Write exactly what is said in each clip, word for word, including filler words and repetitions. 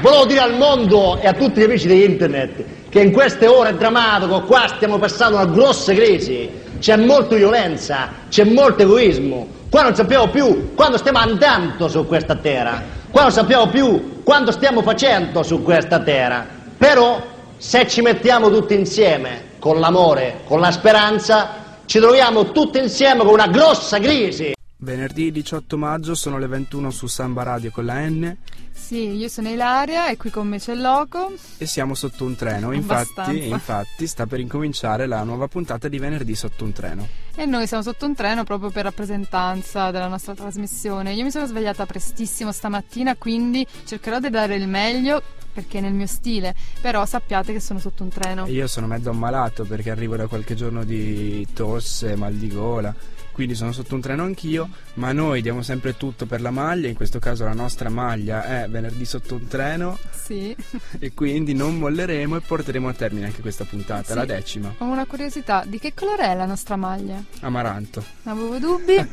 Volevo dire al mondo e a tutti gli amici di internet che in queste ore drammatiche qua stiamo passando una grossa crisi, c'è molta violenza, c'è molto egoismo, qua non sappiamo più quando stiamo andando su questa terra, qua non sappiamo più quanto stiamo facendo su questa terra, però se ci mettiamo tutti insieme, con l'amore, con la speranza, ci troviamo tutti insieme con una grossa crisi. Venerdì diciotto maggio sono le ventuno su Samba Radio con la N. Sì, io sono Ilaria e qui con me c'è Loco. E siamo sotto un treno, infatti, infatti sta per incominciare la nuova puntata di Venerdì sotto un treno. E noi siamo sotto un treno proprio per rappresentanza della nostra trasmissione. Io mi sono svegliata prestissimo stamattina, quindi cercherò di dare il meglio perché è nel mio stile, però sappiate che sono sotto un treno. E io sono mezzo ammalato perché arrivo da qualche giorno di tosse, mal di gola, quindi sono sotto un treno anch'io, ma noi diamo sempre tutto per la maglia, in questo caso la nostra maglia è Venerdì sotto un treno. Sì. E quindi non molleremo e porteremo a termine anche questa puntata, sì. La decima. Ho una curiosità, di che colore è la nostra maglia? Amaranto. Avevo dubbi.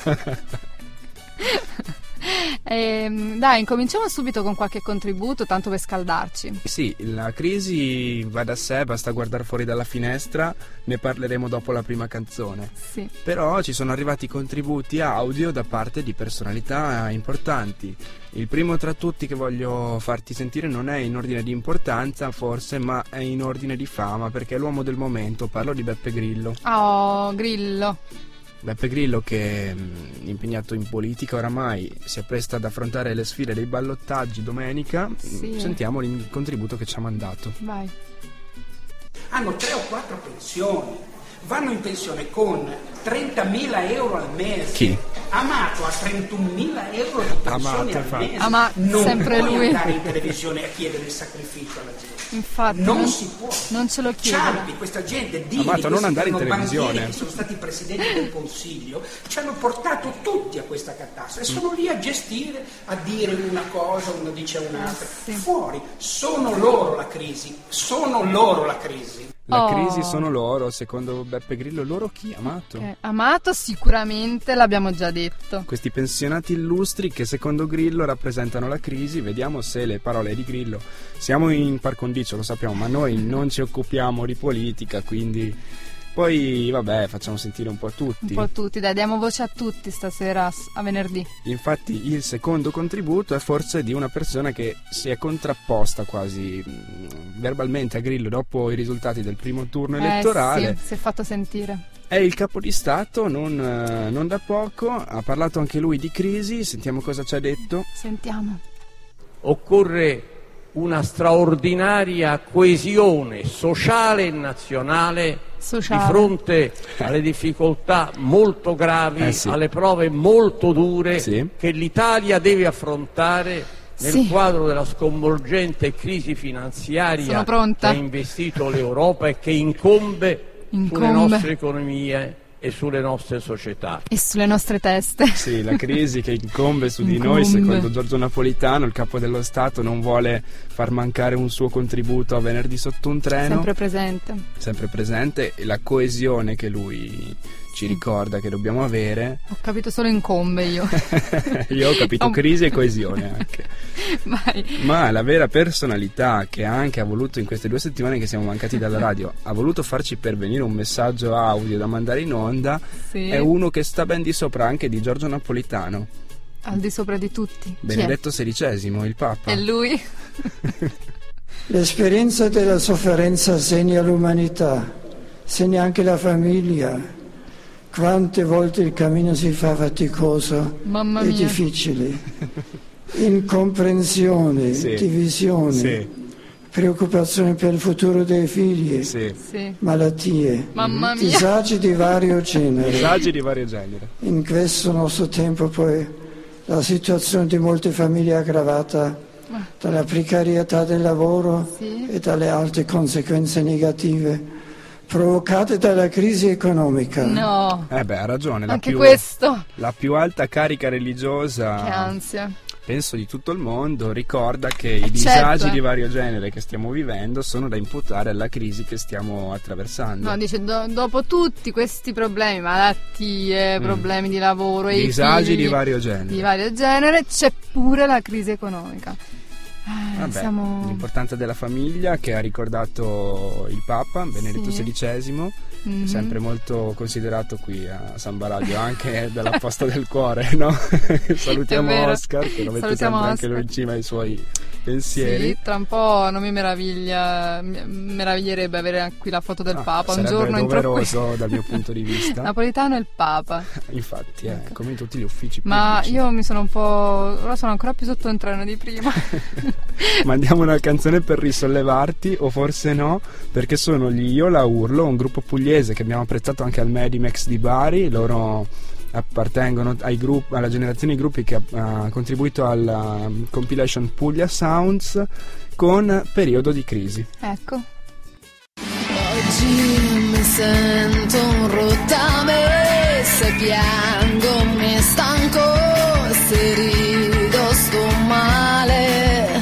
E, dai, incominciamo subito con qualche contributo, tanto per scaldarci. Sì, la crisi va da sé, basta guardare fuori dalla finestra, ne parleremo dopo la prima canzone. Sì. Però ci sono arrivati contributi audio da parte di personalità importanti. Il primo tra tutti che voglio farti sentire non è in ordine di importanza forse, ma è in ordine di fama, perché è l'uomo del momento. Parlo di Beppe Grillo. Oh, Grillo. Beppe Grillo che mh, impegnato in politica oramai si appresta ad affrontare le sfide dei ballottaggi domenica. Sì. Sentiamo il contributo che ci ha mandato. Vai. Hanno tre o quattro pensioni, vanno in pensione con trentamila euro al mese. Chi? Amato a trentunomila euro di pensione Amato, al mese. Ama, non sempre puoi lui. andare in televisione a chiedere il sacrificio alla gente. Infatti non, non si può. Non ce lo chiedo. Ciampi, questa gente, Dini, Amato, non andare in televisione. Che sono stati presidenti del Consiglio, ci hanno portato tutti a questa catastrofe e sono lì a gestire, a dire una cosa, uno dice un'altra. Sì. Fuori, sono loro la crisi, sono loro la crisi. La Oh. crisi sono loro, secondo Beppe Grillo. Loro chi? Amato? Eh, Amato sicuramente, l'abbiamo già detto. Questi pensionati illustri che secondo Grillo rappresentano la crisi. Vediamo se le parole di Grillo. Siamo in par condicio, lo sappiamo, ma noi non ci occupiamo di politica, quindi poi vabbè, facciamo sentire un po' a tutti. Un po' a tutti, dai, diamo voce a tutti stasera a venerdì. Infatti il secondo contributo è forse di una persona che si è contrapposta quasi mh, verbalmente a Grillo dopo i risultati del primo turno elettorale. Eh sì, si è fatto sentire. È il capo di Stato, non, eh, non da poco, ha parlato anche lui di crisi, sentiamo cosa ci ha detto. Sentiamo. Occorre una straordinaria coesione sociale e nazionale Sociale. di fronte alle difficoltà molto gravi, eh sì. alle prove molto dure sì. che l'Italia deve affrontare nel sì. quadro della sconvolgente crisi finanziaria che ha investito l'Europa e che incombe, incombe. sulle nostre economie e sulle nostre società e sulle nostre teste. Sì, la crisi che incombe su incombe. di noi, secondo Giorgio Napolitano, il capo dello Stato non vuole far mancare un suo contributo a Venerdì sotto un treno. Sempre presente. Sempre presente, e la coesione che lui ci ricorda che dobbiamo avere. Ho capito solo incombe io. Io ho capito crisi e coesione anche. Vai. Ma la vera personalità che anche ha voluto in queste due settimane che siamo mancati dalla radio, ha voluto farci pervenire un messaggio audio da mandare in onda, sì. è uno che sta ben di sopra anche di Giorgio Napolitano. Al di sopra di tutti. Benedetto sedicesimo, il Papa. È lui? L'esperienza della sofferenza segna l'umanità, segna anche la famiglia. Quante volte il cammino si fa faticoso Mamma e mia. difficile. Incomprensione, sì. divisione, sì. preoccupazione per il futuro dei figli, sì. Sì. malattie, Mamma mia. disagi di vario genere. Disagi di vario genere. In questo nostro tempo poi la situazione di molte famiglie è aggravata dalla precarietà del lavoro sì. e dalle altre conseguenze negative provocate dalla crisi economica. No. Eh beh, ha ragione. La Anche più, questo. La più alta carica religiosa. Che ansia. Penso di tutto il mondo ricorda che i certo, disagi eh. di vario genere che stiamo vivendo sono da imputare alla crisi che stiamo attraversando. No, dice do- dopo tutti questi problemi, malattie, mm. problemi di lavoro, disagi figli, di vario genere. Di vario genere c'è pure la crisi economica. Vabbè, siamo... l'importanza della famiglia, che ha ricordato il Papa Benedetto sì. sedicesimo, mm-hmm. sempre molto considerato qui a Samba Radio, anche dalla posta del cuore, no? Salutiamo Oscar, che lo mette sempre Oscar. Anche lui in cima ai suoi pensieri. Sì, tra un po' non mi meraviglia, mi meraviglierebbe avere qui la foto del ah, Papa un giorno doveroso qui. Dal mio punto di vista. Napolitano e il Papa. Infatti, eh, come in tutti gli uffici Ma pubblici. io mi sono un po'... ora sono ancora più sotto un treno di prima. Mandiamo una canzone per risollevarti, o forse no, perché sono gli Io La Urlo, un gruppo pugliese che abbiamo apprezzato anche al Medimex di Bari. Loro appartengono ai gruppi, alla generazione di gruppi che ha uh, contribuito alla compilation Puglia Sounds con Periodo di crisi. Ecco. Oggi mi sento un rottame, se piango mi stanco, se rido sto male.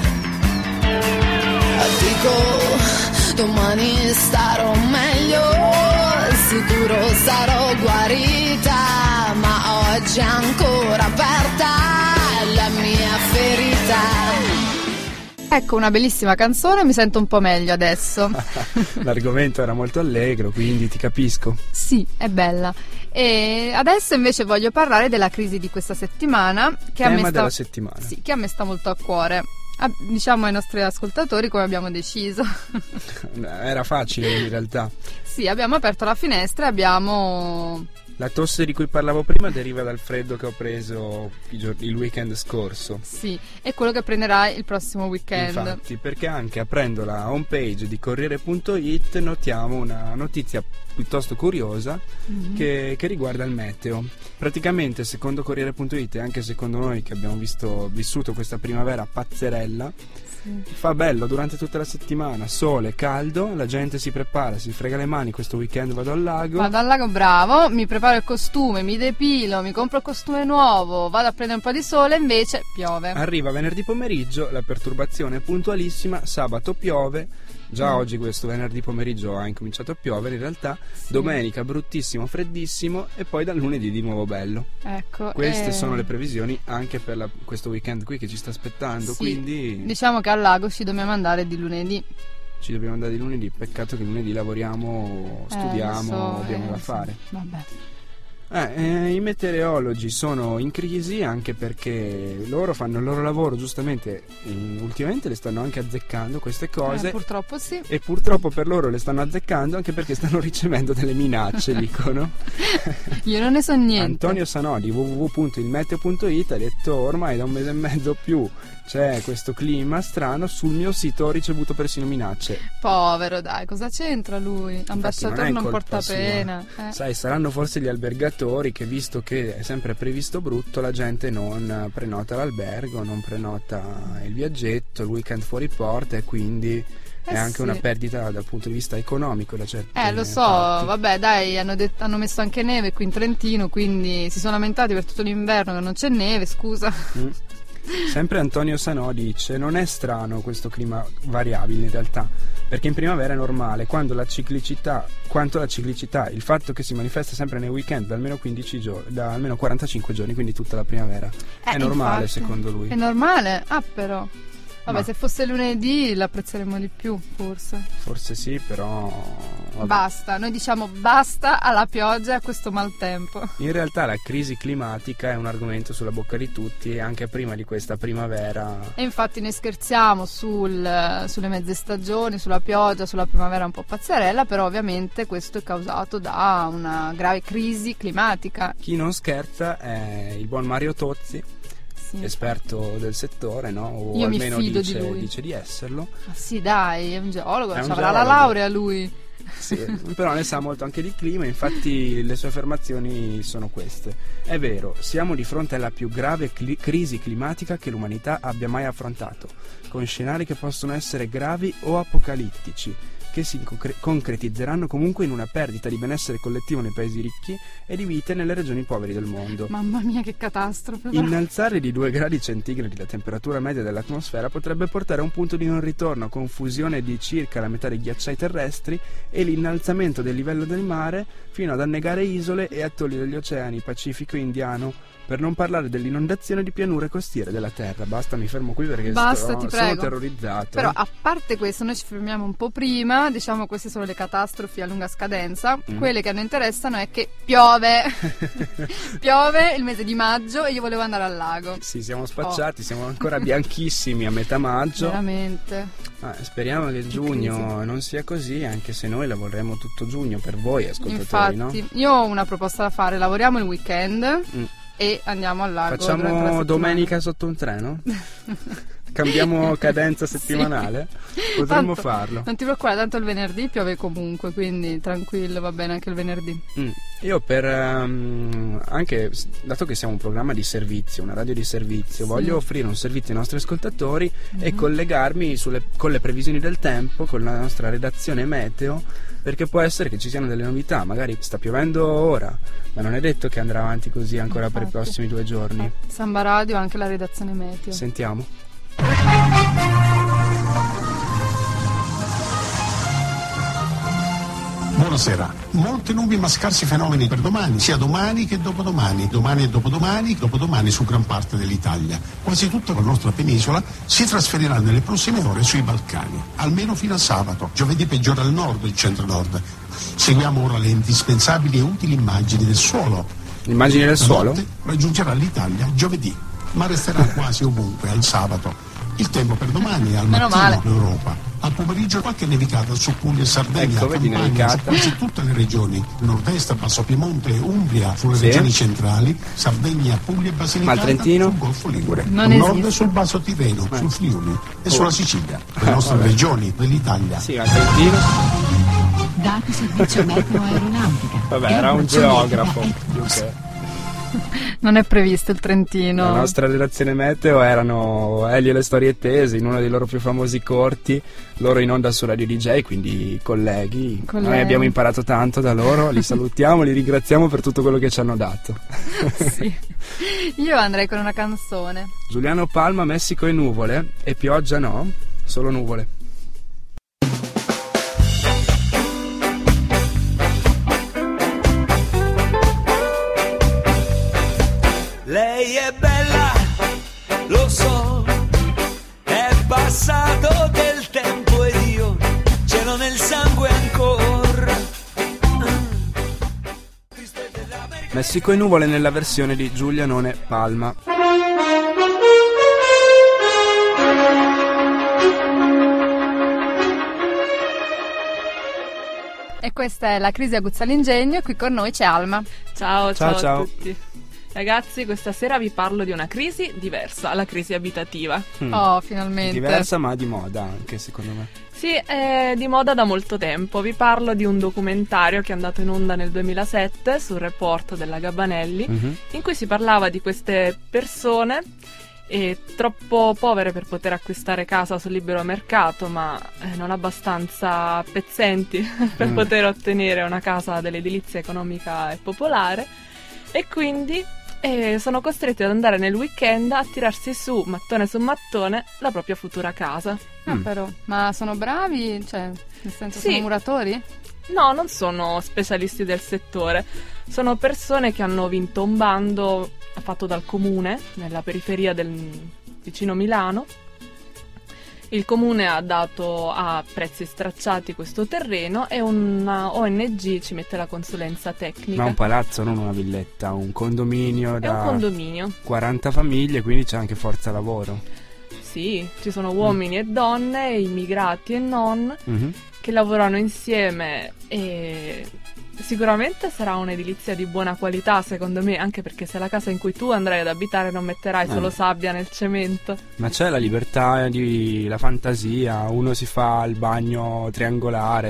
Dico domani starò meglio, sicuro sarò guarita, ma oggi è ancora aperta la mia ferita. Ecco, una bellissima canzone, mi sento un po' meglio adesso. L'argomento era molto allegro, quindi ti capisco. Sì, è bella. E adesso invece voglio parlare della crisi di questa settimana, che Tema a me sta... della settimana. Sì, che a me sta molto a cuore. Ah, diciamo ai nostri ascoltatori come abbiamo deciso. Era facile in realtà. Sì, abbiamo aperto la finestra e abbiamo... La tosse di cui parlavo prima deriva dal freddo che ho preso il weekend scorso. Sì, è quello che prenderai il prossimo weekend. Infatti, perché anche aprendo la homepage di Corriere punto it notiamo una notizia piuttosto curiosa mm-hmm. che, che riguarda il meteo. Praticamente, secondo Corriere punto it e anche secondo noi che abbiamo visto, vissuto questa primavera pazzerella, sì. Fa bello durante tutta la settimana, sole, caldo, la gente si prepara, si frega le mani, questo weekend vado al lago. Vado al lago, bravo, mi preparo il costume, mi depilo, mi compro il costume nuovo, vado a prendere un po' di sole, invece piove. Arriva venerdì pomeriggio, la perturbazione è puntualissima, sabato piove, già mm. oggi questo venerdì pomeriggio ha incominciato a piovere in realtà, sì. Domenica bruttissimo, freddissimo e poi dal lunedì di nuovo bello. Ecco, queste e... sono le previsioni anche per la, questo weekend qui che ci sta aspettando, sì. Quindi diciamo che al lago ci dobbiamo andare di lunedì. Ci dobbiamo andare di lunedì, peccato che lunedì lavoriamo, studiamo, eh, so, abbiamo eh, da fare. Sì. Vabbè. Eh, eh, I meteorologi sono in crisi anche perché loro fanno il loro lavoro giustamente, in, ultimamente le stanno anche azzeccando queste cose eh, purtroppo sì, e purtroppo per loro le stanno azzeccando anche perché stanno ricevendo delle minacce, dicono. Io non ne so niente. Antonio Sanò di w w w punto il meteo punto it ha detto ormai da un mese e mezzo più c'è questo clima strano, sul mio sito ho ricevuto persino minacce. Povero, dai, cosa c'entra lui? Ambasciatore non, non porta sua. pena eh. Sai, saranno forse gli albergatori che, visto che è sempre previsto brutto, la gente non prenota l'albergo, non prenota il viaggetto, il weekend fuori porta, e quindi eh è anche sì. una perdita dal punto di vista economico da certe Eh lo so, parti. Vabbè dai, hanno, detto, hanno messo anche neve qui in Trentino, quindi si sono lamentati per tutto l'inverno che non c'è neve, scusa. Mm. Sempre Antonio Sanò dice: non è strano questo clima variabile in realtà, perché in primavera è normale, quando la ciclicità, quanto la ciclicità, il fatto che si manifesta sempre nei weekend da almeno quindici giorni, da almeno quarantacinque giorni, quindi tutta la primavera. Eh, è normale, infatti, secondo lui. È normale? Ah, però. Vabbè, Ma se fosse lunedì l'apprezzeremmo di più, forse. Forse sì, però vabbè. Basta, noi diciamo basta alla pioggia e a questo maltempo. In realtà la crisi climatica è un argomento sulla bocca di tutti, anche prima di questa primavera. E infatti noi scherziamo sul, sulle mezze stagioni, sulla pioggia, sulla primavera un po' pazzerella, però ovviamente questo è causato da una grave crisi climatica. Chi non scherza è il buon Mario Tozzi, sì. esperto del settore, no? O Io almeno mi fido dice, di lui. dice di esserlo. Ma sì, dai, è un geologo, È un avrà la geologo. laurea lui. Sì, però ne sa molto anche di clima, infatti le sue affermazioni sono queste. È vero, siamo di fronte alla più grave cli- crisi climatica che l'umanità abbia mai affrontato, con scenari che possono essere gravi o apocalittici, che si concre- concretizzeranno comunque in una perdita di benessere collettivo nei paesi ricchi e di vite nelle regioni poveri del mondo. Mamma mia, che catastrofe! Innalzare di due gradi centigradi la temperatura media dell'atmosfera potrebbe portare a un punto di non ritorno, con fusione di circa la metà dei ghiacciai terrestri e l'innalzamento del livello del mare fino ad annegare isole e atolli degli oceani Pacifico e Indiano, per non parlare dell'inondazione di pianure costiere della Terra. Basta, mi fermo qui perché Basta, sto, ti sono prego. terrorizzato. Però a parte questo, noi ci fermiamo un po' prima, diciamo queste sono le catastrofi a lunga scadenza. Mm. Quelle che a noi interessano è che piove piove il mese di maggio e io volevo andare al lago. Sì, siamo spacciati, oh. siamo ancora bianchissimi a metà maggio. Veramente. Ah, speriamo che giugno crisi. non sia così, anche se noi lavoreremo tutto giugno per voi ascoltatori. Infatti, no? Io ho una proposta da fare: lavoriamo il weekend mm. e andiamo al lago. Facciamo domenica sotto un treno? Cambiamo cadenza settimanale? Sì. Potremmo tanto, farlo. Non ti preoccupare, tanto il venerdì piove comunque, quindi tranquillo, va bene anche il venerdì. Mm. Io per um, anche dato che siamo un programma di servizio, una radio di servizio, sì. voglio offrire un servizio ai nostri ascoltatori mm-hmm. e collegarmi sulle, con le previsioni del tempo, con la nostra redazione meteo, perché può essere che ci siano delle novità. Magari sta piovendo ora, ma non è detto che andrà avanti così ancora Infatti. per i prossimi due giorni. Samba Radio, anche la redazione meteo. Sentiamo. Buonasera. Molte nubi ma scarsi fenomeni per domani, sia domani che dopodomani, domani e dopodomani, dopodomani su gran parte dell'Italia. Quasi tutta la nostra penisola si trasferirà nelle prossime ore sui Balcani, almeno fino a sabato. Giovedì peggiora al nord, il centro-nord. Seguiamo ora le indispensabili e utili immagini del suolo. Immagini del suolo? La notte raggiungerà l'Italia giovedì, ma resterà quasi ovunque al sabato. Il tempo per domani è al mattino l'Europa, al pomeriggio qualche nevicata su Puglia e Sardegna, ecco, Campania, su quasi tutte le regioni, nord-est, Basso Piemonte, Umbria, sulle sì. regioni centrali, Sardegna, Puglia e Basilicata, sul Golfo Ligure, non al esiste. nord sul Basso Tirreno, eh. sul Friuli e oh. sulla Sicilia, le nostre eh, regioni dell'Italia. Sì, ma Trentino? Dati servizio meteo aeronautica. Vabbè, era un geografo più che... Non è previsto il Trentino. La nostra redazione meteo erano Elio e le storie tese, in uno dei loro più famosi corti, loro in onda su Radio D J, quindi colleghi. colleghi. Noi abbiamo imparato tanto da loro, li salutiamo, li ringraziamo per tutto quello che ci hanno dato. Sì. Io andrei con una canzone. Giuliano Palma, Messico e nuvole, e pioggia no, solo nuvole. Lei è bella, lo so, è passato del tempo ed io ce l'ho nel sangue ancora. Messico e nuvole nella versione di Giulianone Palma. E questa è la crisi aguzza l'ingegno, qui con noi c'è Alma. Ciao, ciao, ciao, ciao. a tutti. Ragazzi, questa sera vi parlo di una crisi diversa, la crisi abitativa. Mm. Oh, finalmente. Diversa ma di moda anche, secondo me. Sì, è di moda da molto tempo. Vi parlo di un documentario che è andato in onda nel duemilasette sul report della Gabanelli, mm-hmm. in cui si parlava di queste persone eh, troppo povere per poter acquistare casa sul libero mercato, ma eh, non abbastanza pezzenti per mm. poter ottenere una casa dell'edilizia economica e popolare, e quindi e sono costretti ad andare nel weekend a tirarsi su, mattone su mattone, la propria futura casa. Ah, mm. però, ma sono bravi? Cioè, nel senso, sì. sono muratori? No, non sono specialisti del settore. Sono persone che hanno vinto un bando fatto dal comune, nella periferia del vicino Milano. Il comune ha dato a prezzi stracciati questo terreno e una O N G ci mette la consulenza tecnica. Ma un palazzo, non una villetta, un condominio da È un condominio. quaranta famiglie, quindi c'è anche forza lavoro. Sì, ci sono uomini mm. e donne, immigrati e non, mm-hmm. che lavorano insieme, e sicuramente sarà un'edilizia di buona qualità, secondo me, anche perché se la casa in cui tu andrai ad abitare non metterai eh. solo sabbia nel cemento. Ma c'è la libertà, di, la fantasia, uno si fa il bagno triangolare.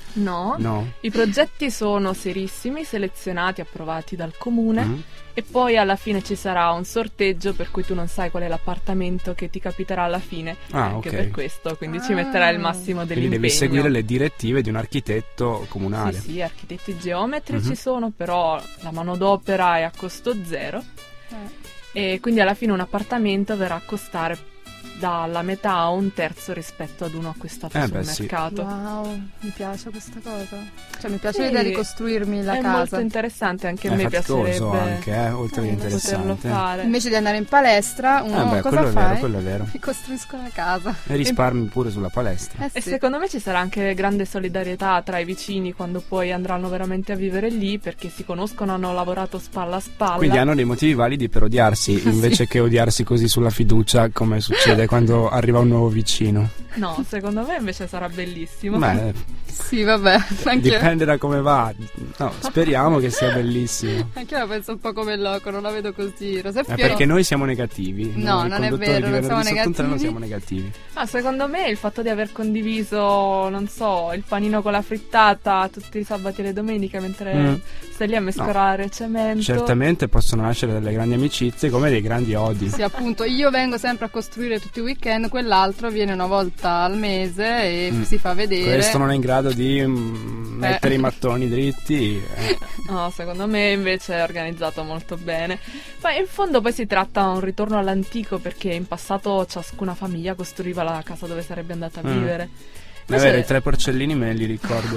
No. no, i progetti sono serissimi, selezionati, approvati dal comune, mm. e poi alla fine ci sarà un sorteggio per cui tu non sai qual è l'appartamento che ti capiterà alla fine, ah, anche okay. per questo, quindi ah. ci metterai il massimo dell'impegno. Quindi devi seguire le direttive di un architetto comunale. Sì, sì, architetti geometri mm-hmm. ci sono, però la manodopera è a costo zero, eh. e quindi alla fine un appartamento verrà a costare dalla metà a un terzo rispetto ad uno acquistato eh sul beh, sì. mercato. Wow, mi piace questa cosa. Cioè mi piace sì, l'idea di costruirmi la è casa. È molto interessante, anche è a me faticoso piacerebbe anche, eh, oltre che eh, interessante. Fare. Invece di andare in palestra, uno eh beh, cosa quello fa? È vero, quello è vero. Mi costruisco la casa. E risparmi pure sulla palestra. Eh sì. E secondo me ci sarà anche grande solidarietà tra i vicini quando poi andranno veramente a vivere lì, perché si conoscono, hanno lavorato spalla a spalla. Quindi hanno dei motivi validi per odiarsi, invece sì. che odiarsi così sulla fiducia, come succede quando arriva un nuovo vicino. No, secondo me invece sarà bellissimo. Beh, sì, vabbè. Anche dipende da come va. No, speriamo che sia bellissimo. Anche io la penso un po' come loco, non la vedo così. È perché noi siamo negativi. No, noi non è vero, non siamo negativi. Non siamo negativi. Ah, secondo me il fatto di aver condiviso, non so, il panino con la frittata tutti i sabati e le domeniche mentre mm. stai lì a mescolare no. cemento. Certamente possono nascere delle grandi amicizie come dei grandi odi. Sì, appunto, io vengo sempre a costruire tutti i weekend, quell'altro viene una volta al mese e mm. si fa vedere. Questo non è in grado di mm, mettere eh. i mattoni dritti. Eh. No, secondo me invece è organizzato molto bene. Ma in fondo poi si tratta di un ritorno all'antico, perché in passato ciascuna famiglia costruiva la casa dove sarebbe andata a mm. vivere. È vero, i tre porcellini me li ricordo.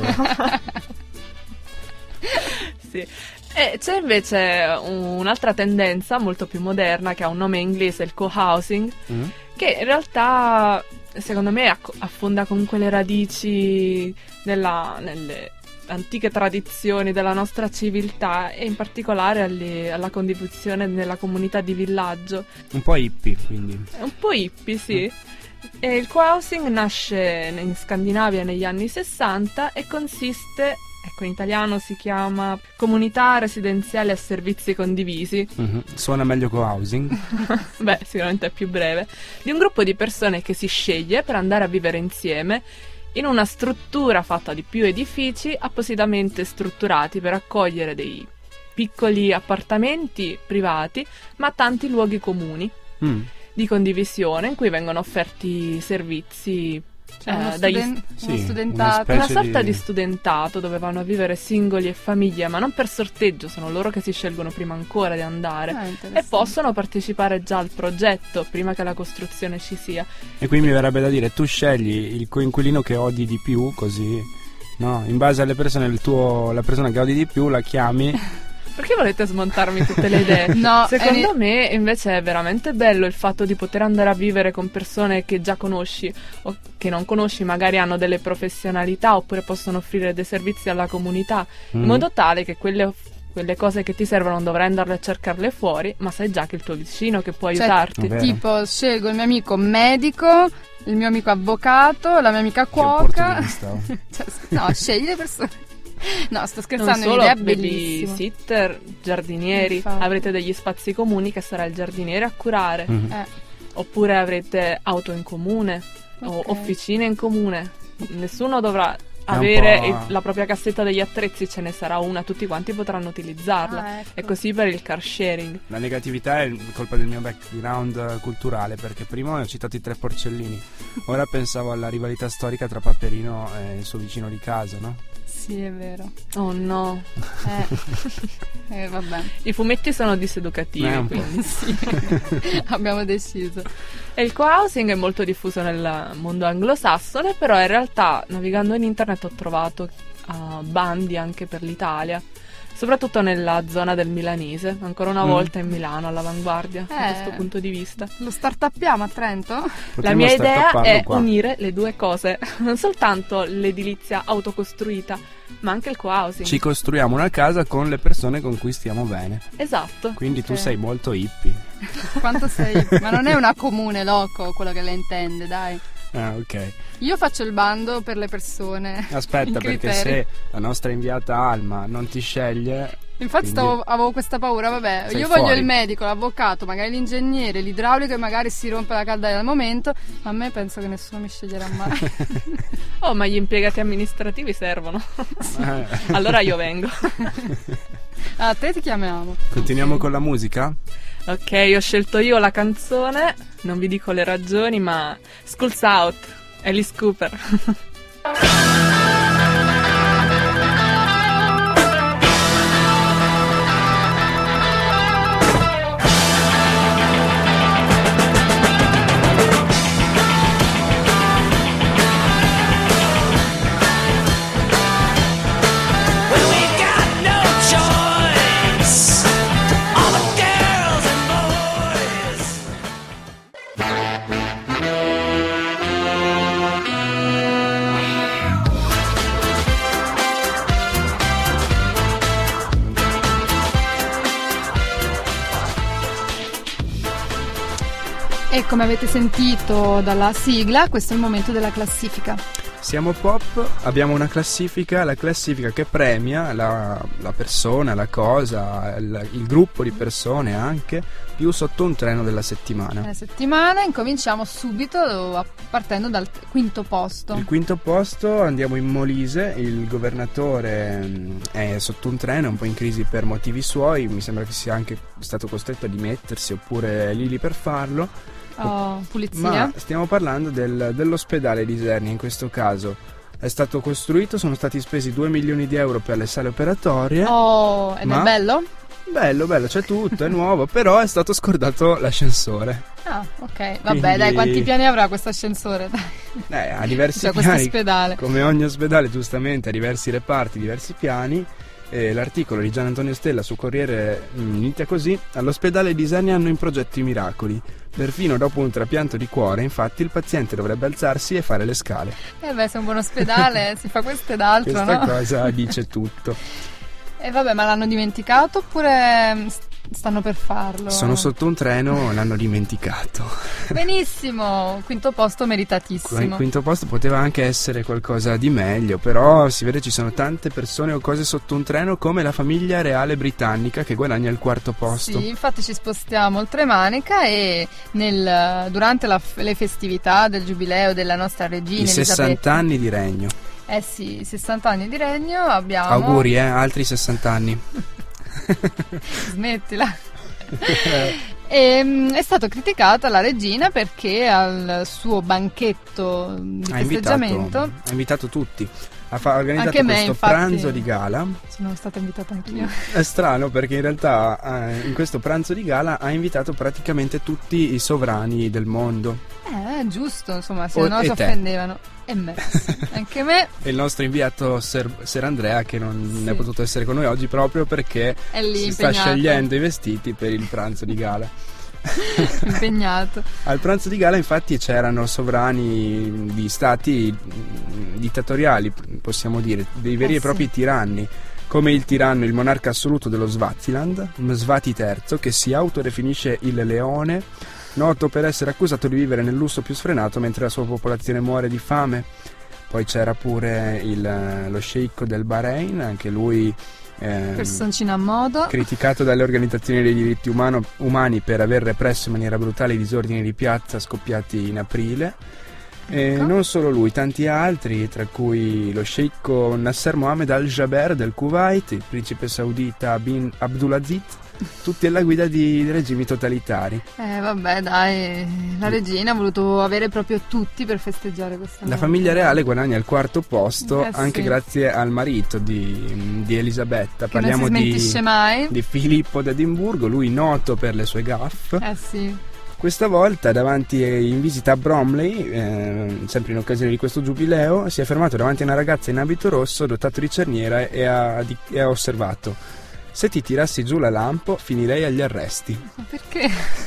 Sì. E c'è invece un'altra tendenza molto più moderna che ha un nome inglese, il co-housing, mm. che in realtà secondo me affonda comunque le radici nella, nelle antiche tradizioni della nostra civiltà, e in particolare alle, alla condivisione nella comunità di villaggio. Un po' hippie, quindi. Un po' hippie, sì. Mm. E il co-housing nasce in Scandinavia negli anni sessanta e consiste, ecco, in italiano si chiama comunità residenziale a servizi condivisi. Mm-hmm. Suona meglio co-housing. Beh, sicuramente è più breve. Di un gruppo di persone che si sceglie per andare a vivere insieme in una struttura fatta di più edifici appositamente strutturati per accogliere dei piccoli appartamenti privati, ma tanti luoghi comuni mm. di condivisione in cui vengono offerti servizi. Cioè, uno, eh, dagli studen- st- uno sì, studentato una, una sorta di... di studentato dove vanno a vivere singoli e famiglie, ma non per sorteggio, sono loro che si scelgono prima ancora di andare ah, e possono partecipare già al progetto prima che la costruzione ci sia. E qui mi verrebbe da dire, tu scegli il coinquilino che odi di più, così, no? In base alle persone, il tuo, la persona che odi di più la chiami. Perché volete smontarmi tutte le idee? No, secondo eh... me invece è veramente bello il fatto di poter andare a vivere con persone che già conosci o che non conosci, magari hanno delle professionalità oppure possono offrire dei servizi alla comunità, mm. in modo tale che quelle, quelle cose che ti servono non dovrai andarle a cercarle fuori, ma sai già che è il tuo vicino che può cioè, aiutarti. Tipo, scelgo il mio amico medico, il mio amico avvocato, la mia amica cuoca. Cioè, no, scegli le persone. No, sto scherzando, non solo è bellissima. Babysitter, giardinieri, Infatti. avrete degli spazi comuni che sarà il giardiniere a curare, mm-hmm. eh. oppure avrete auto in comune, okay. o officine in comune. Nessuno dovrà avere il, la propria cassetta degli attrezzi, ce ne sarà una, tutti quanti potranno utilizzarla. Ah, ecco. E così per il car sharing. La negatività è colpa del mio background culturale, perché prima ho citato i tre porcellini, ora pensavo alla rivalità storica tra Paperino e il suo vicino di casa, no? Sì, è vero. Oh no. Eh, eh vabbè. I fumetti sono diseducativi, eh, quindi sì. Abbiamo deciso. E il co-housing è molto diffuso nel mondo anglosassone, però in realtà navigando in internet ho trovato uh, bandi anche per l'Italia, soprattutto nella zona del milanese, ancora una mm. volta in Milano, all'avanguardia eh, da questo punto di vista. Lo start-upiamo a Trento? Potremmo La mia idea è qua. unire le due cose, non soltanto l'edilizia autocostruita, ma anche il co-housing. Ci costruiamo una casa con le persone con cui stiamo bene. Esatto. Quindi okay. tu sei molto hippie. Quanto sei? Ma non è una comune loco quello che lei intende, dai. Ah, ok. Io faccio il bando per le persone. Aspetta, perché se la nostra inviata Alma non ti sceglie, Infatti Quindi... stavo, avevo questa paura, vabbè, Sei io fuori. voglio il medico, l'avvocato, magari l'ingegnere, l'idraulico e magari si rompe la caldaia al momento, ma a me penso che nessuno mi sceglierà mai. Oh, ma gli impiegati amministrativi servono. Eh. Allora io vengo. A te ti chiamiamo. Continuiamo con la musica? Ok, ho scelto io la canzone, non vi dico le ragioni, ma School's Out, Alice Cooper. E come avete sentito dalla sigla, questo è il momento della classifica. Siamo pop, abbiamo una classifica, la classifica che premia la, la persona, la cosa, il, il gruppo di persone anche, più sotto un treno della settimana. La settimana incominciamo subito partendo dal quinto posto. Il quinto posto andiamo in Molise, il governatore è sotto un treno, è un po' in crisi per motivi suoi, mi sembra che sia anche stato costretto a dimettersi oppure è lì lì per farlo. Oh, pulizia. Ma stiamo parlando del, dell'ospedale di Isernia in questo caso. È stato costruito, sono stati spesi due milioni di euro per le sale operatorie. Oh, ed ma... è bello? Bello, bello, c'è tutto, è nuovo, però è stato scordato l'ascensore. Ah, ok. Vabbè, Quindi... dai, quanti piani avrà questo ascensore? Eh, ha diversi cioè, piani. questo ospedale. Come ogni ospedale, giustamente, ha diversi reparti, diversi piani. E l'articolo di Gian Antonio Stella su Corriere inizia così: all'ospedale di Isernia hanno in progetto i miracoli. Perfino dopo un trapianto di cuore, infatti, il paziente dovrebbe alzarsi e fare le scale. Eh beh, se è un buon ospedale si fa questo ed altro, Questa no? cosa dice tutto. E vabbè, ma l'hanno dimenticato oppure stanno per farlo? Sono sotto un treno, l'hanno dimenticato. Benissimo, quinto posto meritatissimo. Il quinto posto poteva anche essere qualcosa di meglio, però si vede ci sono tante persone o cose sotto un treno, come la famiglia reale britannica che guadagna il quarto posto. Sì, infatti ci spostiamo oltre Manica e nel, durante la, le festività del giubileo della nostra regina I sessanta anni di regno. Eh sì, sessanta anni di regno abbiamo... Auguri, eh, altri sessanta anni. Smettila. E, è stata criticata la regina perché al suo banchetto di ha festeggiamento invitato, ha invitato tutti. Ha fa- organizzato anche me, questo infatti, pranzo di gala. Sono stata invitata anch'io. È strano perché in realtà eh, in questo pranzo di gala ha invitato praticamente tutti i sovrani del mondo. Eh, giusto, insomma, se O- no e si te. offendevano. E me, anche me. E il nostro inviato Ser, Ser Andrea, che non Sì. è potuto essere con noi oggi proprio perché È lì si impegnato. sta scegliendo i vestiti per il pranzo di gala. Impegnato. Al pranzo di gala infatti c'erano sovrani di stati mh, dittatoriali, possiamo dire, dei veri Eh e propri sì. tiranni, come il tiranno, il monarca assoluto dello Swaziland, Mswati terzo, che si autodefinisce il leone, noto per essere accusato di vivere nel lusso più sfrenato mentre la sua popolazione muore di fame. Poi c'era pure il, lo sceicco del Bahrain, anche lui ehm, Personcino a modo. criticato dalle organizzazioni dei diritti umano- umani per aver represso in maniera brutale i disordini di piazza scoppiati in aprile. E Ecco. non solo lui, tanti altri, tra cui lo sceicco Nasser Mohammed al-Jaber del Kuwait, il principe saudita bin Abdulaziz, tutti alla guida di regimi totalitari. Eh vabbè dai, la regina ha voluto avere proprio tutti per festeggiare questa La famiglia reale guadagna il quarto posto Eh, anche sì. grazie al marito di, di Elisabetta. Che non Parliamo si smentisce di, mai. di Filippo d'Edimburgo, lui noto per le sue gaffe. Eh sì. Questa volta davanti in visita a Bromley, eh, sempre in occasione di questo giubileo, si è fermato davanti a una ragazza in abito rosso dotato di cerniera e ha, di- e ha osservato: se ti tirassi giù la lampo finirei agli arresti. Ma perché?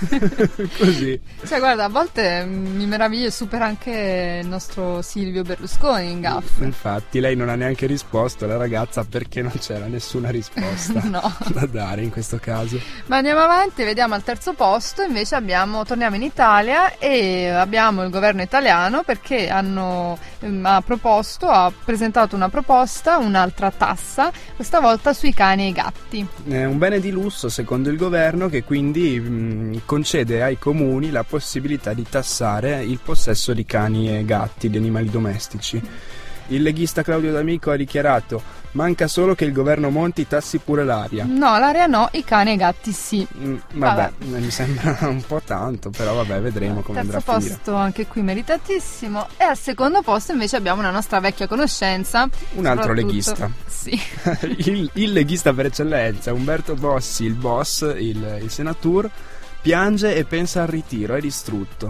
Così. Cioè guarda, a volte mi meraviglio e supera anche il nostro Silvio Berlusconi in gaffe. Infatti lei non ha neanche risposto alla ragazza perché non c'era nessuna risposta No. da dare in questo caso. Ma andiamo avanti, vediamo al terzo posto, invece abbiamo, torniamo in Italia e abbiamo il governo italiano perché hanno ha proposto, ha presentato una proposta, un'altra tassa, questa volta sui cani e i gatti. È un bene di lusso secondo il governo, che quindi mh, concede ai comuni la possibilità di tassare il possesso di cani e gatti, di animali domestici. Il leghista Claudio D'Amico ha dichiarato: manca solo che il governo Monti tassi pure l'aria. No, l'aria no, i cani e i gatti sì. Mm, vabbè, vabbè, mi sembra un po' tanto, però vabbè, vedremo come andrà a finire. Terzo posto anche qui meritatissimo. E al secondo posto invece abbiamo una nostra vecchia conoscenza. Un altro leghista. Sì. il, il leghista per eccellenza, Umberto Bossi, il boss, il, il senatur, piange e pensa al ritiro, è distrutto.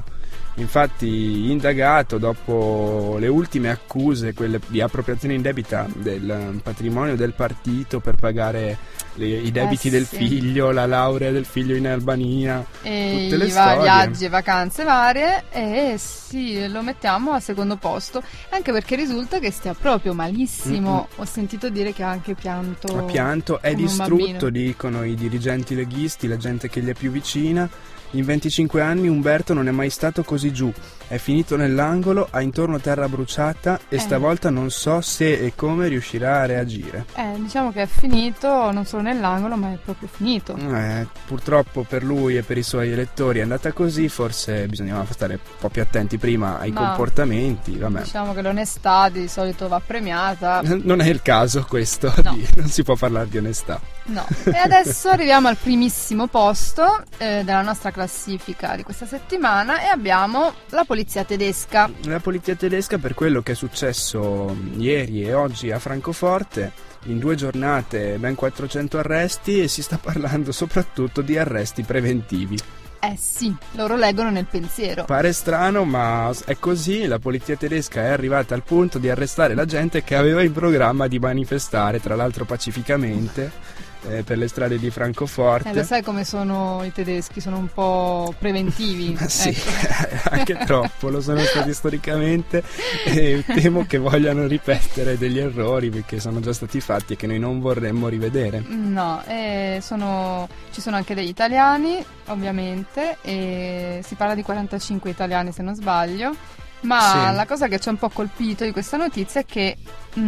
Infatti, indagato dopo le ultime accuse, quelle di appropriazione indebita del patrimonio del partito per pagare le, i debiti eh, del sì. figlio, la laurea del figlio in Albania, e tutte le i storie, viaggi e vacanze varie, e sì, lo mettiamo al secondo posto, anche perché risulta che stia proprio malissimo. Mm-hmm. Ho sentito dire che ha anche pianto. Ha pianto, è distrutto, dicono i dirigenti leghisti, la gente che gli è più vicina. In venticinque anni Umberto non è mai stato così giù, è finito nell'angolo, ha intorno terra bruciata e eh. stavolta non so se e come riuscirà a reagire. Eh, diciamo che è finito non solo nell'angolo, ma è proprio finito. Eh, purtroppo per lui e per i suoi elettori è andata così, forse bisognava stare un po' più attenti prima ai ma comportamenti. Vabbè. Diciamo che l'onestà di solito va premiata. Non è il caso questo, no. di, non si può parlare di onestà. No. E adesso arriviamo al primissimo posto eh, della nostra classifica di questa settimana e abbiamo la polizia tedesca. La polizia tedesca per quello che è successo ieri e oggi a Francoforte, in due giornate ben quattrocento arresti, e si sta parlando soprattutto di arresti preventivi. Eh sì, loro leggono nel pensiero. Pare strano, ma è così. La polizia tedesca è arrivata al punto di arrestare la gente che aveva in programma di manifestare, tra l'altro pacificamente, eh, per le strade di Francoforte. Eh, lo sai come sono i tedeschi, sono un po' preventivi. Sì, ecco. Anche troppo, lo sono stati storicamente, e temo che vogliano ripetere degli errori perché sono già stati fatti e che noi non vorremmo rivedere. No, eh, sono, ci sono anche degli italiani, ovviamente, e si parla di quarantacinque italiani se non sbaglio, ma sì. La cosa che ci ha un po' colpito di questa notizia è che mh,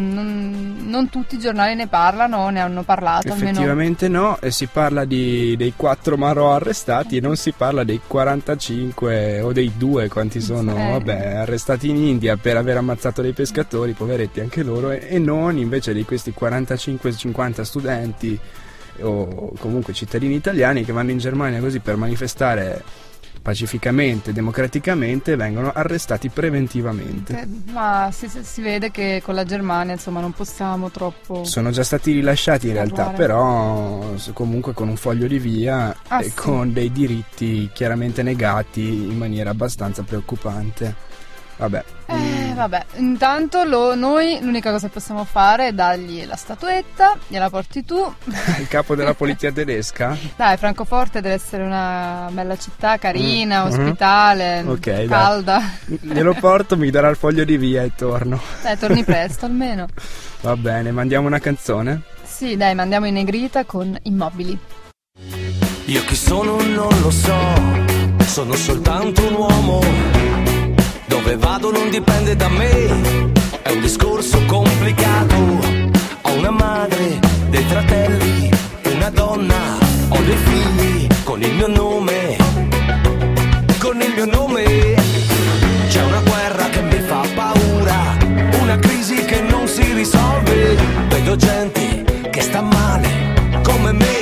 non, non tutti i giornali ne parlano, ne hanno parlato. Effettivamente almeno. No, e si parla di, dei quattro marò arrestati e non si parla dei quarantacinque o dei due, quanti sono, eh. vabbè, arrestati in India per aver ammazzato dei pescatori, poveretti anche loro, e, e non invece di questi quarantacinque cinquanta studenti o comunque cittadini italiani che vanno in Germania così per manifestare pacificamente, democraticamente, vengono arrestati preventivamente. Eh, ma si, si vede che con la Germania insomma non possiamo troppo. Sono già stati rilasciati in realtà, però comunque con un foglio di via ah, e sì. con dei diritti chiaramente negati in maniera abbastanza preoccupante. Vabbè. Eh, vabbè, intanto lo, noi l'unica cosa che possiamo fare è dargli la statuetta, gliela porti tu. Il capo della polizia tedesca? Dai, Francoforte deve essere una bella città, carina, mm. ospitale, okay, calda. Dai. Glielo porto, mi darà il foglio di via e torno. Dai, torni presto almeno. Va bene, mandiamo una canzone? Sì, dai, mandiamo in negrita con Immobili. Io chi sono non lo so, sono soltanto un uomo. Dove vado non dipende da me, è un discorso complicato. Ho una madre, dei fratelli, una donna, ho dei figli con il mio nome, con il mio nome. C'è una guerra che mi fa paura, una crisi che non si risolve. Vedo gente che sta male, come me.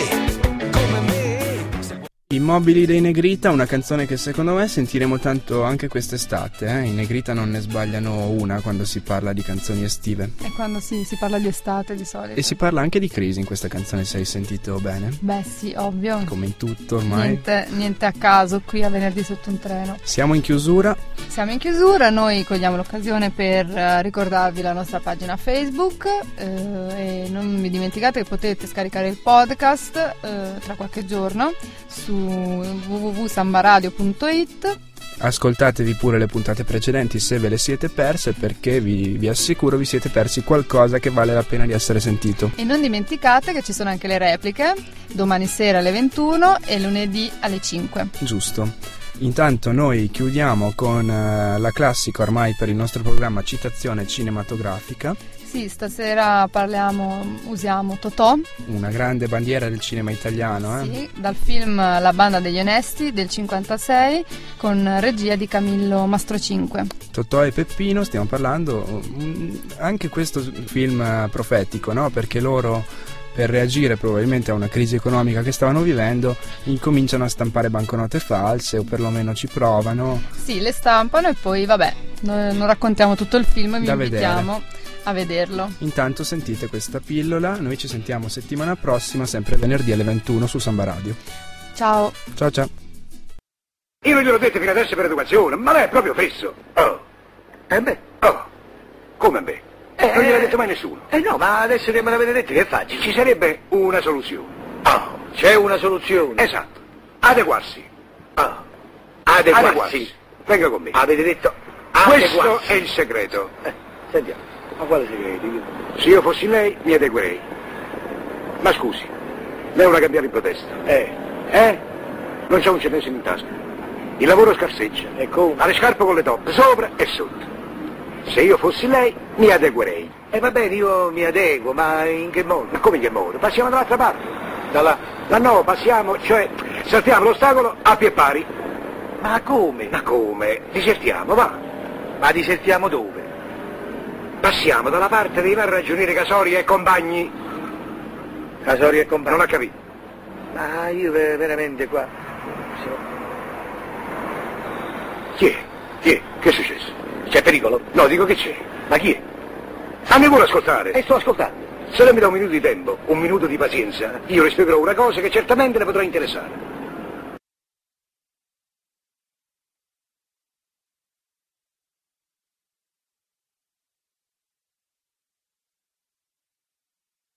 Immobili dei Negrita, una canzone che secondo me sentiremo tanto anche quest'estate, eh? I Negrita non ne sbagliano una quando si parla di canzoni estive. E quando si, si parla di estate di solito. E si parla anche di crisi in questa canzone, se hai sentito bene? Beh sì, ovvio. Come in tutto ormai. Niente, niente a caso qui a Venerdì sotto un treno. Siamo in chiusura. Siamo in chiusura, noi cogliamo l'occasione per uh, ricordarvi la nostra pagina Facebook uh, e non vi dimenticate che potete scaricare il podcast uh, tra qualche giorno su w w w punto sambaradio punto it. Ascoltatevi pure le puntate precedenti se ve le siete perse, perché vi, vi assicuro vi siete persi qualcosa che vale la pena di essere sentito. E non dimenticate che ci sono anche le repliche domani sera alle ventuno e lunedì alle cinque. Giusto. Intanto noi chiudiamo con uh, la classica ormai per il nostro programma citazione cinematografica. Sì, stasera parliamo, usiamo Totò. Una grande bandiera del cinema italiano. Eh? Sì, dal film La banda degli onesti del cinquantasei con regia di Camillo Mastrocinque. Totò e Peppino, stiamo parlando, anche questo film profetico, no? Perché loro, per reagire probabilmente a una crisi economica che stavano vivendo, incominciano a stampare banconote false, o perlomeno ci provano. Sì, le stampano e poi vabbè, non raccontiamo tutto il film, vi invitiamo a vederlo. Intanto sentite questa pillola, noi ci sentiamo settimana prossima, sempre venerdì alle ventuno su Samba Radio. Ciao. Ciao ciao. Io non gliel'ho detto fino adesso per educazione, ma lei è proprio fesso. Oh. E beh? Oh. Come beh? Eh, non gliel'ha detto mai nessuno. Eh no, ma adesso che me l'avete detto che faccio? Ci sarebbe una soluzione. Oh. C'è una soluzione? Esatto. Adeguarsi. Oh. Adeguarsi. Adeguarsi. Venga con me. Avete detto adeguarsi. Questo è il segreto. Eh, sentiamo. Ma quale segreto? Se io fossi lei, mi adeguerei. Ma scusi, lei è una cambiare in protesta. Eh? Eh? Non c'è un centesimo in tasca. Il lavoro scarseggia. E come? Ha le scarpe con le toppe, sopra e sotto. Se io fossi lei, mi adeguerei. E eh, va bene, io mi adeguo, ma in che modo? Ma come in che modo? Passiamo dall'altra parte. Dalla... Ma no, passiamo, cioè, saltiamo l'ostacolo a pie pari. Ma come? Ma come? Disertiamo, va. Ma disertiamo dove? Passiamo dalla parte dei vari ragionieri Casoria e compagni. Casoria e compagni? Non ha capito. Ma io veramente qua... Chi è? Chi è? Che è successo? C'è pericolo? No, dico che c'è. Ma chi è? Fammi pure ascoltare. E sto ascoltando. Se lei mi dà un minuto di tempo, un minuto di pazienza, io le spiegherò una cosa che certamente le potrà interessare.